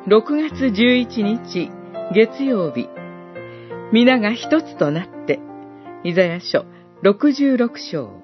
6月11日月曜日、皆が一つとなって、イザヤ書66章。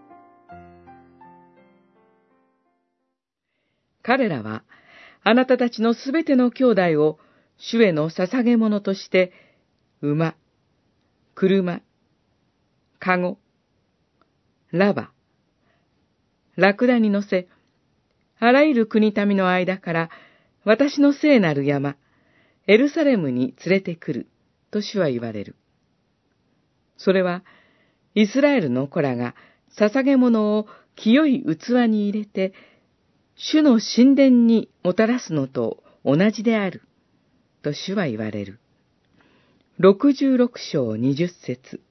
彼らは、あなたたちのすべての兄弟を主への捧げ物として、馬、車、かご、ラバ、ラクダに乗せ、あらゆる国民の間から私の聖なる山、エルサレムに連れてくる、と主は言われる。それは、イスラエルの子らが捧げ物を清い器に入れて、主の神殿にもたらすのと同じである、と主は言われる。66章20節。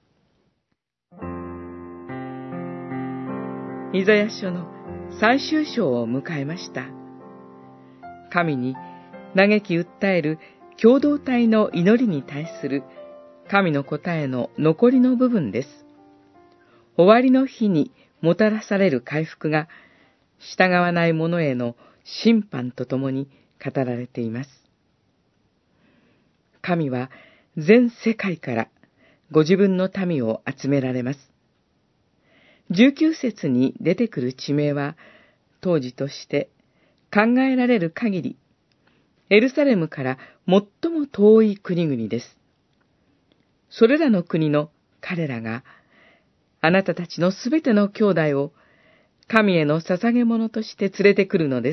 イザヤ書の最終章を迎えました。神に嘆き訴える共同体の祈りに対する神の答えの残りの部分です。終わりの日にもたらされる回復が、従わない者への審判とともに語られています。神は全世界からご自分の民を集められます。19節に出てくる地名は、当時として考えられる限り、エルサレムから最も遠い国々です。それらの国の彼らが、あなたたちのすべての兄弟を神への捧げ物として連れてくるのです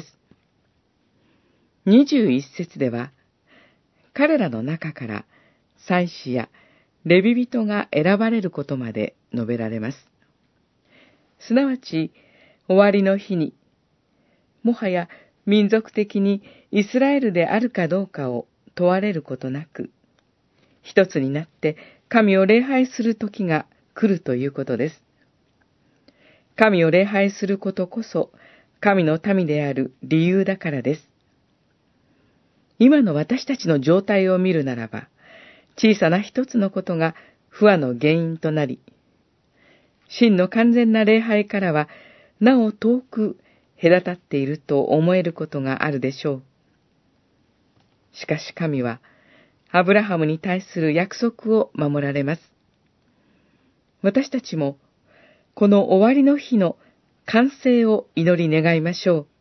。21節では、彼らの中から祭司やレビ人が選ばれることまで述べられます。すなわち、終わりの日に、もはや民族的にイスラエルであるかどうかを問われることなく、一つになって神を礼拝する時が来るということです。神を礼拝することこそ、神の民である理由だからです。今の私たちの状態を見るならば、小さな一つのことが不和の原因となり、真の完全な礼拝からは、なお遠く隔たっていると思えることがあるでしょう。しかし神は、アブラハムに対する約束を守られます。私たちも、この終わりの日の完成を祈り願いましょう。